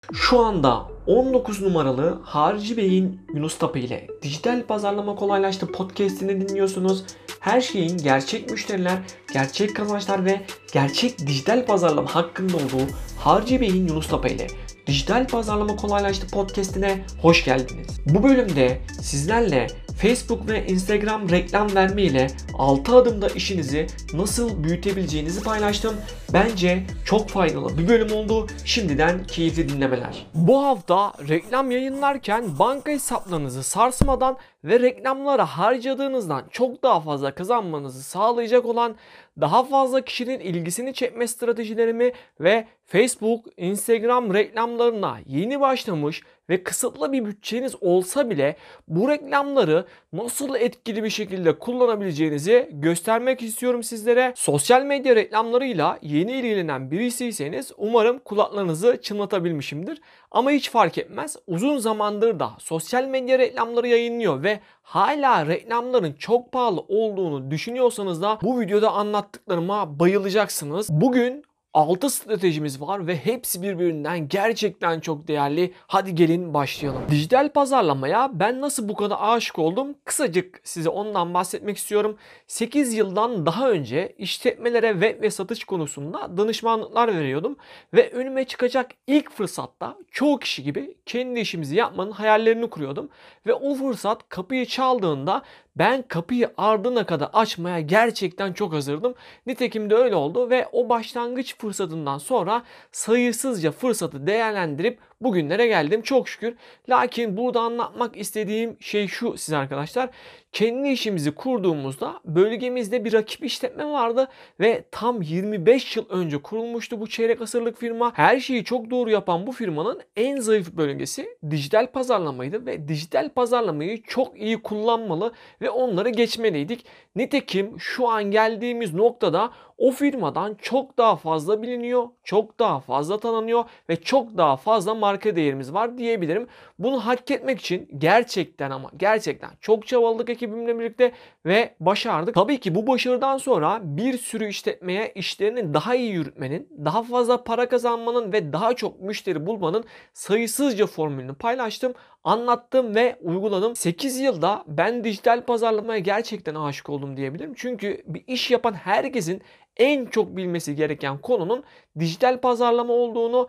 Şu anda 19 numaralı Harcı Bey'in Yunus Tepe ile Dijital Pazarlama Kolaylaştı podcast'ini dinliyorsunuz. Her şeyin gerçek müşteriler, gerçek kazançlar ve gerçek dijital pazarlama hakkında olduğu Harcı Bey'in Yunus Tepe ile Dijital Pazarlama Kolaylaştı podcast'ine hoş geldiniz. Bu bölümde sizlerle Facebook ve Instagram reklam verme ile 6 adımda işinizi nasıl büyütebileceğinizi paylaştım. Bence çok faydalı bir bölüm oldu. Şimdiden keyifli dinlemeler. Bu hafta reklam yayınlarken banka hesaplarınızı sarsmadan ve reklamlara harcadığınızdan çok daha fazla kazanmanızı sağlayacak olan daha fazla kişinin ilgisini çekme stratejilerimi ve Facebook, Instagram reklamlarına yeni başlamış ve kısıtlı bir bütçeniz olsa bile bu reklamları nasıl etkili bir şekilde kullanabileceğinizi göstermek istiyorum sizlere. Sosyal medya reklamlarıyla yeni ilgilenen birisiyseniz umarım kulaklarınızı çınlatabilmişimdir. Ama hiç fark etmez. Uzun zamandır da sosyal medya reklamları yayınlıyor ve hala reklamların çok pahalı olduğunu düşünüyorsanız da bu videoda anlattıklarıma bayılacaksınız. Bugün 6 stratejimiz var ve hepsi birbirinden gerçekten çok değerli. Hadi gelin başlayalım. Dijital pazarlamaya ben nasıl bu kadar aşık oldum? Kısacık size ondan bahsetmek istiyorum. 8 yıldan daha önce işletmelere web ve satış konusunda danışmanlıklar veriyordum. Ve önüme çıkacak ilk fırsatta çoğu kişi gibi kendi işimizi yapmanın hayallerini kuruyordum. Ve o fırsat kapıyı çaldığında ben kapıyı ardına kadar açmaya gerçekten çok hazırdım. Nitekim de öyle oldu ve o başlangıç fırsatından sonra sayısızca fırsatı değerlendirip bugünlere geldim çok şükür. Lakin burada anlatmak istediğim şey şu size arkadaşlar. Kendi işimizi kurduğumuzda bölgemizde bir rakip işletme vardı ve tam 25 yıl önce kurulmuştu bu çeyrek asırlık firma. Her şeyi çok doğru yapan bu firmanın en zayıf bölgesi dijital pazarlamaydı ve dijital pazarlamayı çok iyi kullanmalı ve onları geçmeliydik. Nitekim şu an geldiğimiz noktada o firmadan çok daha fazla biliniyor, çok daha fazla tanınıyor ve çok daha fazla marka değerimiz var diyebilirim. Bunu hak etmek için gerçekten ama gerçekten çok çabaladık ekibimle birlikte ve başardık. Tabii ki bu başarıdan sonra bir sürü işletmeye işlerini daha iyi yürütmenin, daha fazla para kazanmanın ve daha çok müşteri bulmanın sayısızca formülünü paylaştım, anlattım ve uyguladım. 8 yılda ben dijital pazarlamaya gerçekten aşık oldum diyebilirim. Çünkü bir iş yapan herkesin en çok bilmesi gereken konunun dijital pazarlama olduğunu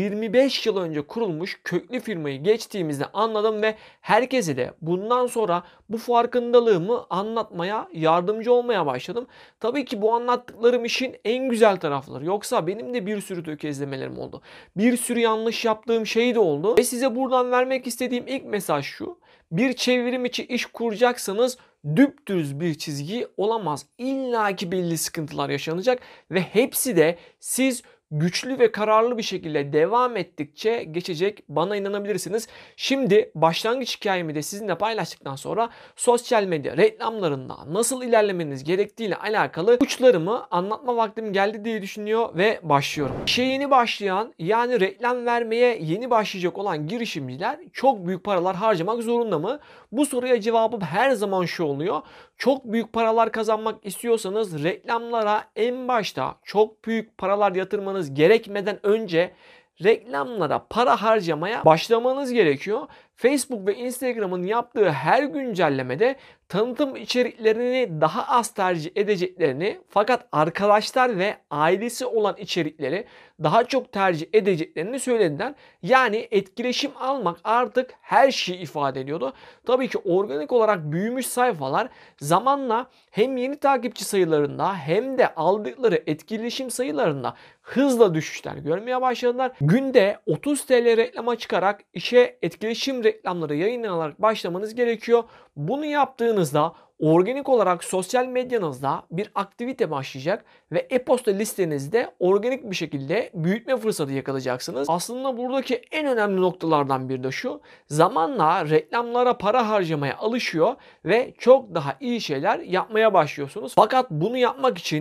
25 yıl önce kurulmuş köklü firmayı geçtiğimizde anladım ve herkese de bundan sonra bu farkındalığımı anlatmaya, yardımcı olmaya başladım. Tabii ki bu anlattıklarım işin en güzel tarafları. Yoksa benim de bir sürü tökezlemelerim oldu. Bir sürü yanlış yaptığım şey de oldu. Ve size buradan vermek istediğim ilk mesaj şu. Bir çevrim içi iş kuracaksanız düpdüz bir çizgi olamaz. İlla ki belli sıkıntılar yaşanacak ve hepsi de siz güçlü ve kararlı bir şekilde devam ettikçe geçecek. Bana inanabilirsiniz. Şimdi başlangıç hikayemi de sizinle paylaştıktan sonra sosyal medya reklamlarında nasıl ilerlemeniz gerektiği ile alakalı uçlarımı anlatma vaktim geldi diye düşünüyor ve başlıyorum. İşe yeni başlayan yani reklam vermeye yeni başlayacak olan girişimciler çok büyük paralar harcamak zorunda mı? Bu soruya cevabım her zaman şu oluyor. Çok büyük paralar kazanmak istiyorsanız reklamlara en başta çok büyük paralar yatırmanız gerekmeden önce reklamlara para harcamaya başlamanız gerekiyor. Facebook ve Instagram'ın yaptığı her güncellemede tanıtım içeriklerini daha az tercih edeceklerini fakat arkadaşlar ve ailesi olan içerikleri daha çok tercih edeceklerini söylediler. Yani etkileşim almak artık her şeyi ifade ediyordu. Tabii ki organik olarak büyümüş sayfalar zamanla hem yeni takipçi sayılarında hem de aldıkları etkileşim sayılarında hızla düşüşler görmeye başladılar. Günde 30 TL reklama çıkarak işe etkileşim reklamları yayınlanarak başlamanız gerekiyor. Bunu yaptığınızda organik olarak sosyal medyanızda bir aktivite başlayacak ve e-posta listenizde organik bir şekilde büyütme fırsatı yakalayacaksınız. Aslında buradaki en önemli noktalardan biri de şu. Zamanla reklamlara para harcamaya alışıyor ve çok daha iyi şeyler yapmaya başlıyorsunuz. Fakat bunu yapmak için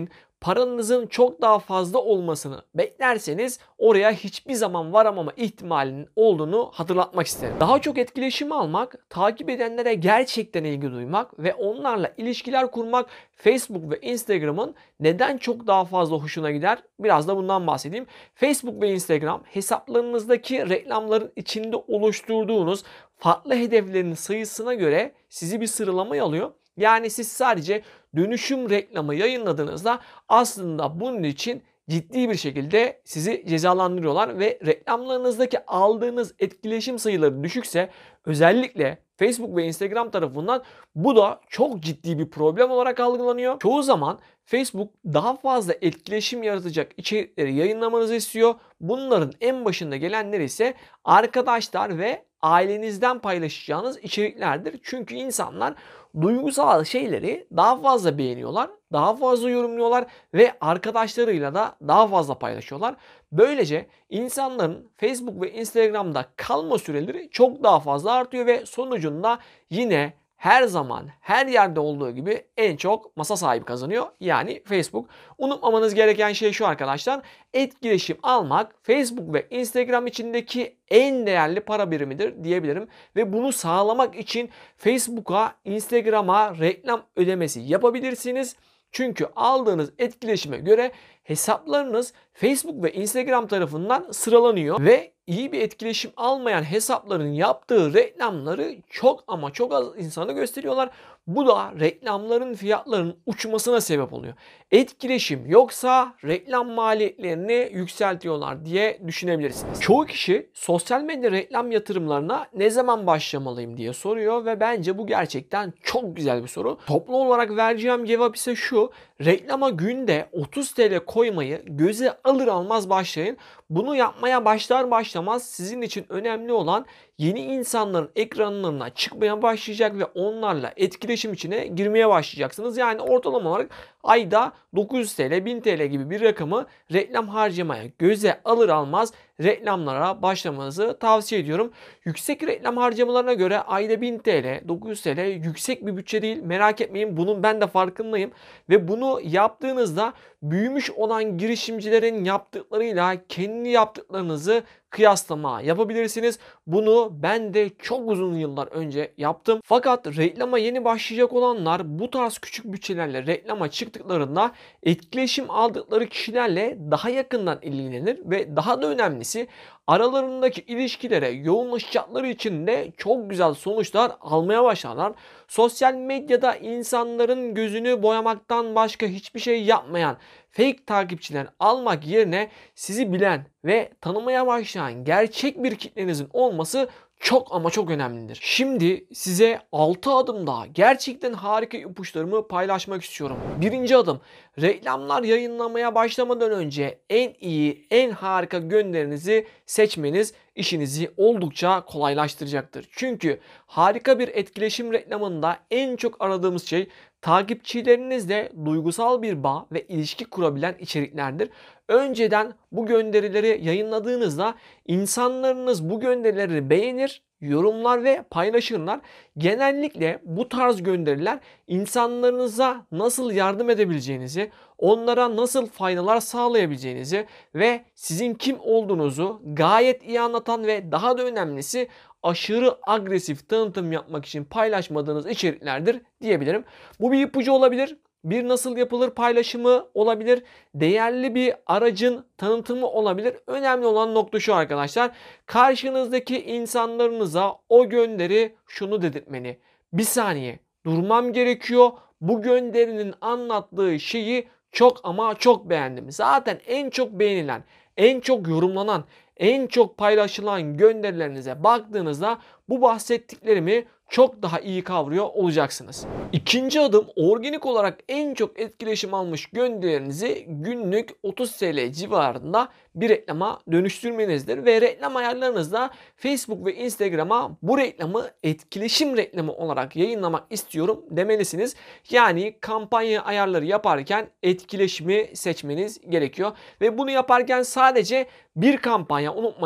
paranızın çok daha fazla olmasını beklerseniz oraya hiçbir zaman varamama ihtimalinin olduğunu hatırlatmak isterim. Daha çok etkileşim almak, takip edenlere gerçekten ilgi duymak ve onlarla ilişkiler kurmak Facebook ve Instagram'ın neden çok daha fazla hoşuna gider? Biraz da bundan bahsedeyim. Facebook ve Instagram hesaplarınızdaki reklamların içinde oluşturduğunuz farklı hedeflerin sayısına göre sizi bir sıralamaya alıyor. Yani siz sadece dönüşüm reklamı yayınladığınızda aslında bunun için ciddi bir şekilde sizi cezalandırıyorlar ve reklamlarınızdaki aldığınız etkileşim sayıları düşükse özellikle Facebook ve Instagram tarafından bu da çok ciddi bir problem olarak algılanıyor. Çoğu zaman Facebook daha fazla etkileşim yaratacak içerikleri yayınlamanızı istiyor. Bunların en başında gelenleri ise arkadaşlar ve ailenizden paylaşacağınız içeriklerdir. Çünkü insanlar duygusal şeyleri daha fazla beğeniyorlar, daha fazla yorumluyorlar ve arkadaşlarıyla da daha fazla paylaşıyorlar. Böylece insanların Facebook ve Instagram'da kalma süreleri çok daha fazla artıyor ve sonucunda yine her zaman her yerde olduğu gibi en çok masa sahibi kazanıyor. Yani Facebook. Unutmamanız gereken şey şu arkadaşlar. Etkileşim almak Facebook ve Instagram içindeki en değerli para birimidir diyebilirim. Ve bunu sağlamak için Facebook'a, Instagram'a reklam ödemesi yapabilirsiniz. Çünkü aldığınız etkileşime göre hesaplarınız Facebook ve Instagram tarafından sıralanıyor ve iyi bir etkileşim almayan hesapların yaptığı reklamları çok ama çok az insana gösteriyorlar. Bu da reklamların fiyatlarının uçmasına sebep oluyor. Etkileşim yoksa reklam maliyetlerini yükseltiyorlar diye düşünebilirsiniz. Çoğu kişi sosyal medya reklam yatırımlarına ne zaman başlamalıyım diye soruyor ve bence bu gerçekten çok güzel bir soru. Toplu olarak vereceğim cevap ise şu: reklama günde 30 TL koymayı göze alır almaz başlayın. Bunu yapmaya başlar başlamaz sizin için önemli olan yeni insanların ekranlarına çıkmaya başlayacak ve onlarla etkileşim içine girmeye başlayacaksınız. Yani ortalama olarak ayda 900 TL, 1000 TL gibi bir rakamı reklam harcamaya göze alır almaz reklamlara başlamanızı tavsiye ediyorum. Yüksek reklam harcamalarına göre ayda 1000 TL, 900 TL yüksek bir bütçe değil. Merak etmeyin, bunun ben de farkındayım. Ve bunu yaptığınızda büyümüş olan girişimcilerin yaptıklarıyla kendi yaptıklarınızı kıyaslama yapabilirsiniz. Bunu ben de çok uzun yıllar önce yaptım. Fakat reklama yeni başlayacak olanlar bu tarz küçük bütçelerle reklama çıktıklarında etkileşim aldıkları kişilerle daha yakından ilgilenir ve daha da önemlisi aralarındaki ilişkilere yoğunlaşacakları için de çok güzel sonuçlar almaya başlarlar. Sosyal medyada insanların gözünü boyamaktan başka hiçbir şey yapmayan fake takipçiler almak yerine sizi bilen ve tanımaya başlayan gerçek bir kitlenizin olması çok ama çok önemlidir. Şimdi size 6 adım daha gerçekten harika ipuçlarımı paylaşmak istiyorum. Birinci adım: reklamlar yayınlamaya başlamadan önce en iyi, en harika gönderinizi seçmeniz işinizi oldukça kolaylaştıracaktır. Çünkü harika bir etkileşim reklamında en çok aradığımız şey takipçilerinizle duygusal bir bağ ve ilişki kurabilen içeriklerdir. Önceden bu gönderileri yayınladığınızda insanlarınız bu gönderileri beğenir, yorumlar ve paylaşırlar. Genellikle bu tarz gönderiler insanlarınıza nasıl yardım edebileceğinizi, onlara nasıl faydalar sağlayabileceğinizi ve sizin kim olduğunuzu gayet iyi anlatan ve daha da önemlisi aşırı agresif tanıtım yapmak için paylaşmadığınız içeriklerdir diyebilirim. Bu bir ipucu olabilir. Bir nasıl yapılır paylaşımı olabilir. Değerli bir aracın tanıtımı olabilir. Önemli olan nokta şu arkadaşlar: karşınızdaki insanlarınıza o gönderi şunu dedirtmeli: bir saniye, durmam gerekiyor. Bu gönderinin anlattığı şeyi çok ama çok beğendim. Zaten en çok beğenilen, en çok yorumlanan, en çok paylaşılan gönderilerinize baktığınızda bu bahsettiklerimi çok daha iyi kavruyor olacaksınız. İkinci adım: organik olarak en çok etkileşim almış gönderilerinizi günlük 30 TL civarında bir reklama dönüştürmenizdir ve reklam ayarlarınızda Facebook ve Instagram'a bu reklamı etkileşim reklamı olarak yayınlamak istiyorum demelisiniz. Yani kampanya ayarları yaparken etkileşimi seçmeniz gerekiyor ve bunu yaparken sadece bir kampanya, unutmayın,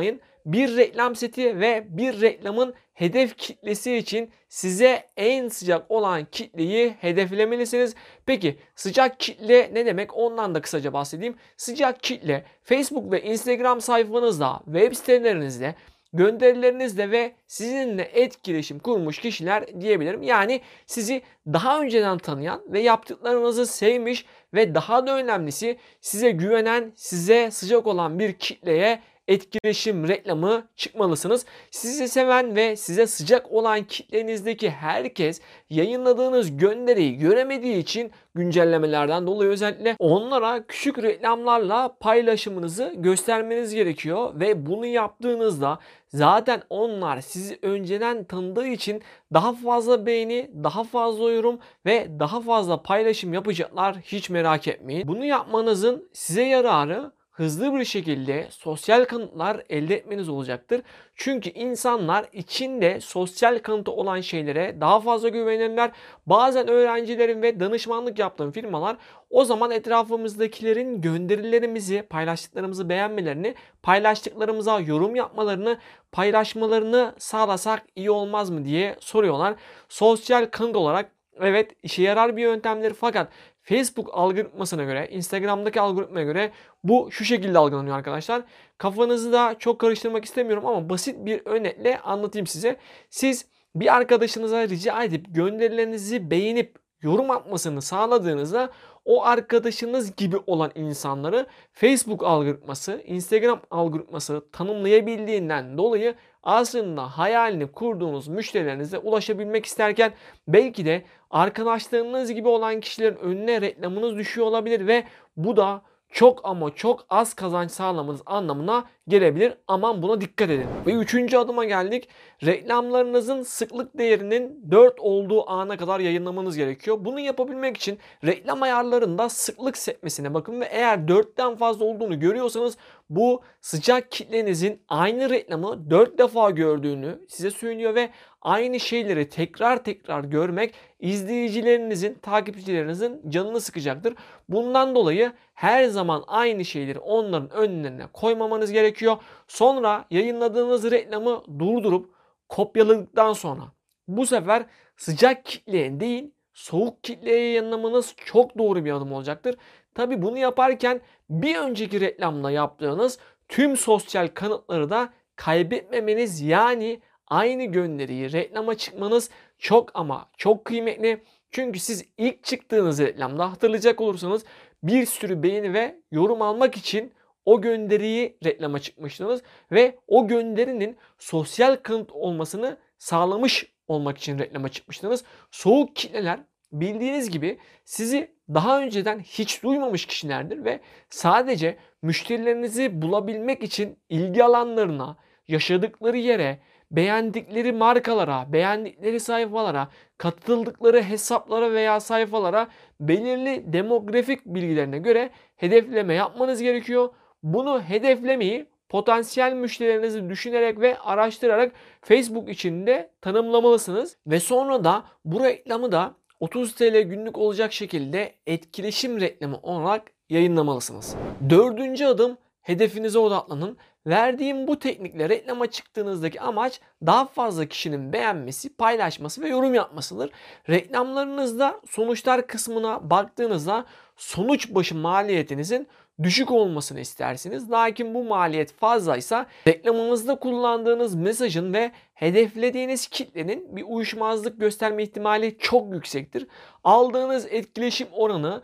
bir reklam seti ve bir reklamın hedef kitlesi için size en sıcak olan kitleyi hedeflemelisiniz. Peki sıcak kitle ne demek? Ondan da kısaca bahsedeyim. Sıcak kitle Facebook ve Instagram sayfanızda, web sitelerinizde, gönderilerinizde ve sizinle etkileşim kurmuş kişiler diyebilirim. Yani sizi daha önceden tanıyan ve yaptıklarınızı sevmiş ve daha da önemlisi size güvenen, size sıcak olan bir kitleye etkileşim reklamı çıkmalısınız. Sizi seven ve size sıcak olan kitlenizdeki herkes yayınladığınız gönderiyi göremediği için güncellemelerden dolayı özellikle onlara küçük reklamlarla paylaşımınızı göstermeniz gerekiyor ve bunu yaptığınızda zaten onlar sizi önceden tanıdığı için daha fazla beğeni, daha fazla yorum ve daha fazla paylaşım yapacaklar, hiç merak etmeyin. Bunu yapmanızın size yararı hızlı bir şekilde sosyal kanıtlar elde etmeniz olacaktır. Çünkü insanlar içinde sosyal kanıtı olan şeylere daha fazla güvenirler. Bazen öğrencilerin ve danışmanlık yaptığım firmalar o zaman etrafımızdakilerin gönderilerimizi, paylaştıklarımızı beğenmelerini, paylaştıklarımıza yorum yapmalarını, paylaşmalarını sağlasak iyi olmaz mı diye soruyorlar. Sosyal kanıt olarak evet işe yarar bir yöntemdir, fakat Facebook algoritmasına göre, Instagram'daki algoritmaya göre bu şu şekilde algılanıyor arkadaşlar. Kafanızı da çok karıştırmak istemiyorum ama basit bir örnekle anlatayım size. Siz bir arkadaşınıza rica edip gönderilerinizi beğenip yorum atmasını sağladığınızda o arkadaşınız gibi olan insanları Facebook algoritması, Instagram algoritması tanımlayabildiğinden dolayı aslında hayalini kurduğunuz müşterilerinize ulaşabilmek isterken belki de arkadaşlarınız gibi olan kişilerin önüne reklamınız düşüyor olabilir ve bu da çok ama çok az kazanç sağlamanız anlamına gelebilir. Aman buna dikkat edin. Ve üçüncü adıma geldik. Reklamlarınızın sıklık değerinin 4 olduğu ana kadar yayınlamanız gerekiyor. Bunu yapabilmek için reklam ayarlarında sıklık sekmesine bakın ve eğer 4'ten fazla olduğunu görüyorsanız bu sıcak kitlenizin aynı reklamı 4 defa gördüğünü size söylüyor ve aynı şeyleri tekrar tekrar görmek izleyicilerinizin, takipçilerinizin canını sıkacaktır. Bundan dolayı her zaman aynı şeyleri onların önlerine koymamanız gerekiyor. Sonra yayınladığınız reklamı durdurup kopyaladıktan sonra bu sefer sıcak kitleye değil soğuk kitleye yayınlamanız çok doğru bir adım olacaktır. Tabi bunu yaparken bir önceki reklamla yaptığınız tüm sosyal kanıtları da kaybetmemeniz, yani aynı gönderiyi reklama çıkmanız çok ama çok kıymetli. Çünkü siz ilk çıktığınız reklamda hatırlayacak olursanız bir sürü beğeni ve yorum almak için o gönderiyi reklama çıkmıştınız ve o gönderinin sosyal kanıt olmasını sağlamış olmak için reklama çıkmıştınız. Soğuk kitleler bildiğiniz gibi sizi daha önceden hiç duymamış kişilerdir ve sadece müşterilerinizi bulabilmek için ilgi alanlarına, yaşadıkları yere, beğendikleri markalara, beğendikleri sayfalara, katıldıkları hesaplara veya sayfalara belirli demografik bilgilerine göre hedefleme yapmanız gerekiyor. Bunu hedeflemeyi potansiyel müşterilerinizi düşünerek ve araştırarak Facebook içinde tanımlamalısınız. Ve sonra da bu reklamı da 30 TL günlük olacak şekilde etkileşim reklamı olarak yayınlamalısınız. Dördüncü adım, hedefinize odaklanın. Verdiğim bu teknikle reklama çıktığınızdaki amaç daha fazla kişinin beğenmesi, paylaşması ve yorum yapmasıdır. Reklamlarınızda sonuçlar kısmına baktığınızda sonuç başı maliyetinizin düşük olmasını istersiniz. Lakin bu maliyet fazlaysa reklamınızda kullandığınız mesajın ve hedeflediğiniz kitlenin bir uyuşmazlık gösterme ihtimali çok yüksektir. Aldığınız etkileşim oranı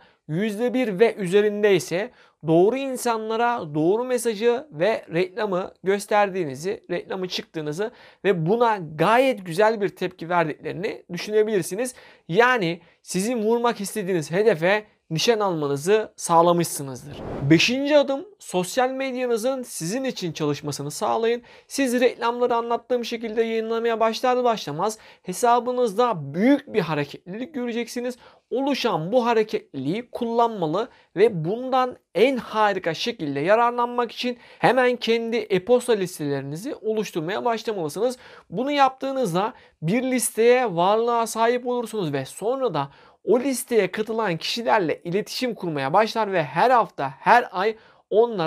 %1 ve üzerinde ise doğru insanlara doğru mesajı ve reklamı gösterdiğinizi, reklamı çıktığınızı ve buna gayet güzel bir tepki verdiklerini düşünebilirsiniz. Yani sizin vurmak istediğiniz hedefe nişan almanızı sağlamışsınızdır. Beşinci adım, sosyal medyanızın sizin için çalışmasını sağlayın. Siz reklamları anlattığım şekilde yayınlamaya başlar başlamaz hesabınızda büyük bir hareketlilik göreceksiniz. Oluşan bu hareketliliği kullanmalı ve bundan en harika şekilde yararlanmak için hemen kendi e-posta listelerinizi oluşturmaya başlamalısınız. Bunu yaptığınızda bir listeye, varlığa sahip olursunuz ve sonra da o listeye katılan kişilerle iletişim kurmaya başlar ve her hafta, her ay onlara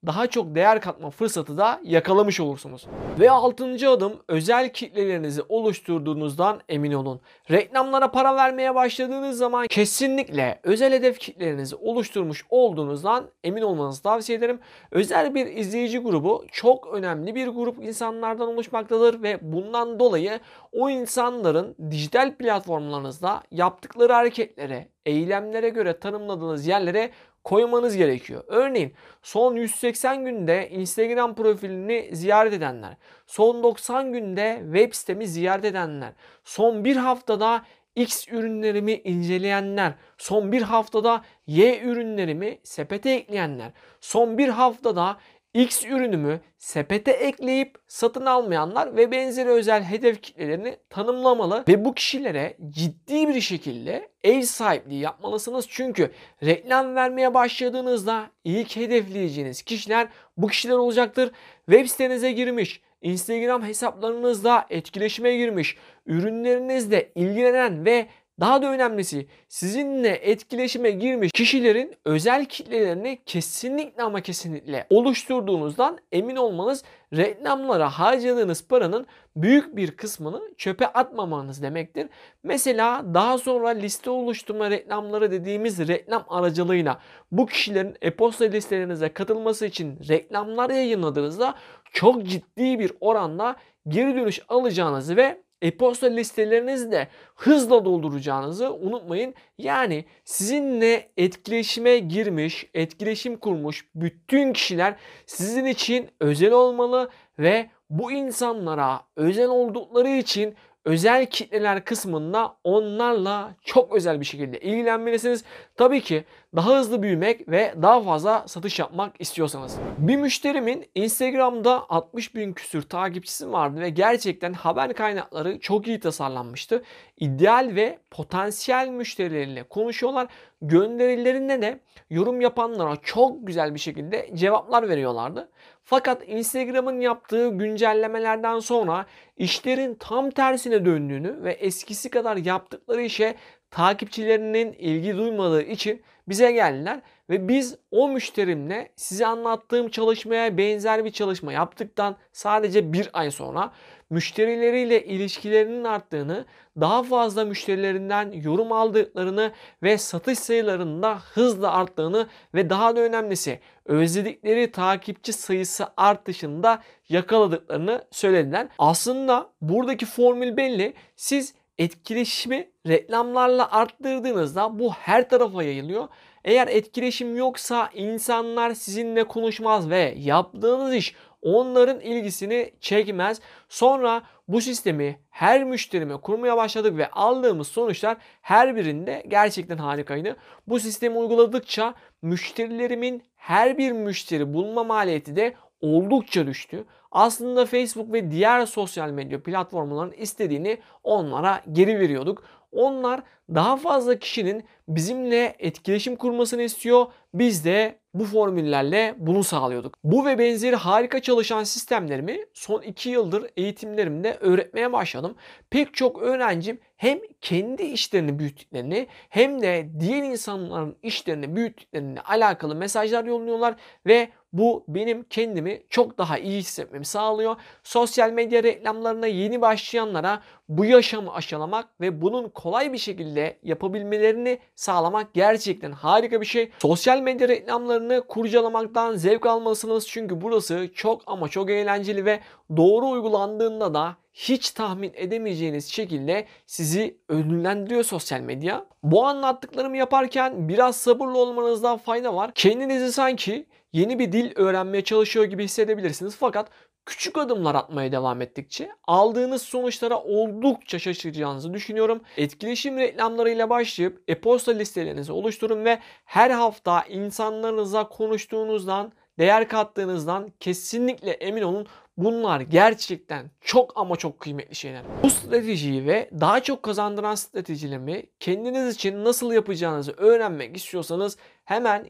daha çok değer katma fırsatı da yakalamış olursunuz. Ve 6. adım, özel kitlelerinizi oluşturduğunuzdan emin olun. Reklamlara para vermeye başladığınız zaman kesinlikle özel hedef kitlelerinizi oluşturmuş olduğunuzdan emin olmanızı tavsiye ederim. Özel bir izleyici grubu çok önemli bir grup insanlardan oluşmaktadır ve bundan dolayı o insanların dijital platformlarınızda yaptıkları hareketlere, eylemlere göre tanımladığınız yerlere koymanız gerekiyor. Örneğin son 180 günde Instagram profilini ziyaret edenler, son 90 günde web sitemi ziyaret edenler, son bir haftada X ürünlerimi inceleyenler, son bir haftada Y ürünlerimi sepete ekleyenler, son bir haftada X ürünümü sepete ekleyip satın almayanlar ve benzeri özel hedef kitlelerini tanımlamalı ve bu kişilere ciddi bir şekilde ev sahipliği yapmalısınız. Çünkü reklam vermeye başladığınızda ilk hedefleyeceğiniz kişiler bu kişiler olacaktır. Web sitenize girmiş, Instagram hesaplarınızda etkileşime girmiş, ürünlerinizle ilgilenen ve daha da önemlisi sizinle etkileşime girmiş kişilerin özel kitlelerini kesinlikle ama kesinlikle oluşturduğunuzdan emin olmanız reklamlara harcadığınız paranın büyük bir kısmını çöpe atmamanız demektir. Mesela daha sonra liste oluşturma reklamları dediğimiz reklam aracılığıyla bu kişilerin e-posta listelerinize katılması için reklamlar yayınladığınızda çok ciddi bir oranda geri dönüş alacağınızı ve e-posta listelerinizi de hızla dolduracağınızı unutmayın. Yani sizinle etkileşime girmiş, etkileşim kurmuş bütün kişiler sizin için özel olmalı ve bu insanlara özel oldukları için özel kitleler kısmında onlarla çok özel bir şekilde ilgilenmelisiniz. Tabii ki daha hızlı büyümek ve daha fazla satış yapmak istiyorsanız. Bir müşterimin Instagram'da 60 bin küsür takipçisi vardı ve gerçekten haber kaynakları çok iyi tasarlanmıştı. İdeal ve potansiyel müşterileriyle konuşuyorlar. Gönderilerinde de yorum yapanlara çok güzel bir şekilde cevaplar veriyorlardı. Fakat Instagram'ın yaptığı güncellemelerden sonra işlerin tam tersine döndüğünü ve eskisi kadar yaptıkları işe takipçilerinin ilgi duymadığı için bize geldiler ve biz o müşterimle size anlattığım çalışmaya benzer bir çalışma yaptıktan sadece bir ay sonra müşterileriyle ilişkilerinin arttığını, daha fazla müşterilerinden yorum aldıklarını ve satış sayılarının da hızla arttığını ve daha da önemlisi özledikleri takipçi sayısı artışında yakaladıklarını söylediler. Aslında buradaki formül belli. Siz etkileşimi reklamlarla arttırdığınızda bu her tarafa yayılıyor. Eğer etkileşim yoksa insanlar sizinle konuşmaz ve yaptığınız iş onların ilgisini çekmez. Sonra bu sistemi her müşterime kurmaya başladık ve aldığımız sonuçlar her birinde gerçekten harikaydı. Bu sistemi uyguladıkça müşterilerimin her bir müşteri bulma maliyeti de oldukça düştü. Aslında Facebook ve diğer sosyal medya platformlarının istediğini onlara geri veriyorduk. Onlar daha fazla kişinin bizimle etkileşim kurmasını istiyor. Biz de bu formüllerle bunu sağlıyorduk. Bu ve benzeri harika çalışan sistemlerimi son 2 yıldır eğitimlerimde öğretmeye başladım. Pek çok öğrencim hem kendi işlerini büyüttüklerini hem de diğer insanların işlerini büyüttüklerini alakalı mesajlar yolluyorlar ve bu benim kendimi çok daha iyi hissetmemi sağlıyor. Sosyal medya reklamlarına yeni başlayanlara bu yaşamı aşılamak ve bunun kolay bir şekilde yapabilmelerini sağlamak gerçekten harika bir şey. Sosyal medya reklamlarını kurcalamaktan zevk almalısınız çünkü burası çok ama çok eğlenceli ve doğru uygulandığında da hiç tahmin edemeyeceğiniz şekilde sizi ödüllendiriyor sosyal medya. Bu anlattıklarımı yaparken biraz sabırlı olmanızda fayda var. Kendinizi sanki yeni bir dil öğrenmeye çalışıyor gibi hissedebilirsiniz. Fakat küçük adımlar atmaya devam ettikçe aldığınız sonuçlara oldukça şaşıracağınızı düşünüyorum. Etkileşim reklamlarıyla başlayıp e-posta listelerinizi oluşturun ve her hafta insanlarınıza konuştuğunuzdan, değer kattığınızdan kesinlikle emin olun. Bunlar gerçekten çok ama çok kıymetli şeyler. Bu stratejiyi ve daha çok kazandıran stratejilerimi kendiniz için nasıl yapacağınızı öğrenmek istiyorsanız hemen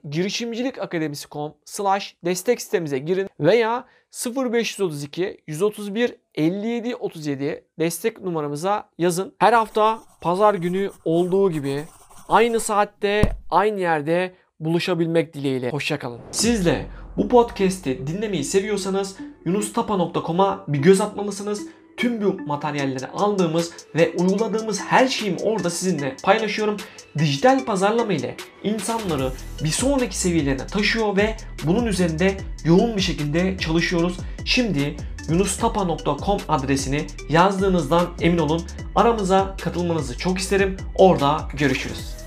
girişimcilikakademisi.com/destek sitemize girin veya 0532 131 57 37 destek numaramıza yazın. Her hafta pazar günü olduğu gibi aynı saatte aynı yerde buluşabilmek dileğiyle. Hoşça kalın. Siz de Bu podcast'i dinlemeyi seviyorsanız yunustapa.com'a bir göz atmalısınız. Tüm bu materyalleri aldığımız ve uyguladığımız her şeyimi orada sizinle paylaşıyorum. Dijital pazarlama ile insanları bir sonraki seviyelerine taşıyor ve bunun üzerinde yoğun bir şekilde çalışıyoruz. Şimdi yunustapa.com adresini yazdığınızdan emin olun. Aramıza katılmanızı çok isterim. Orada görüşürüz.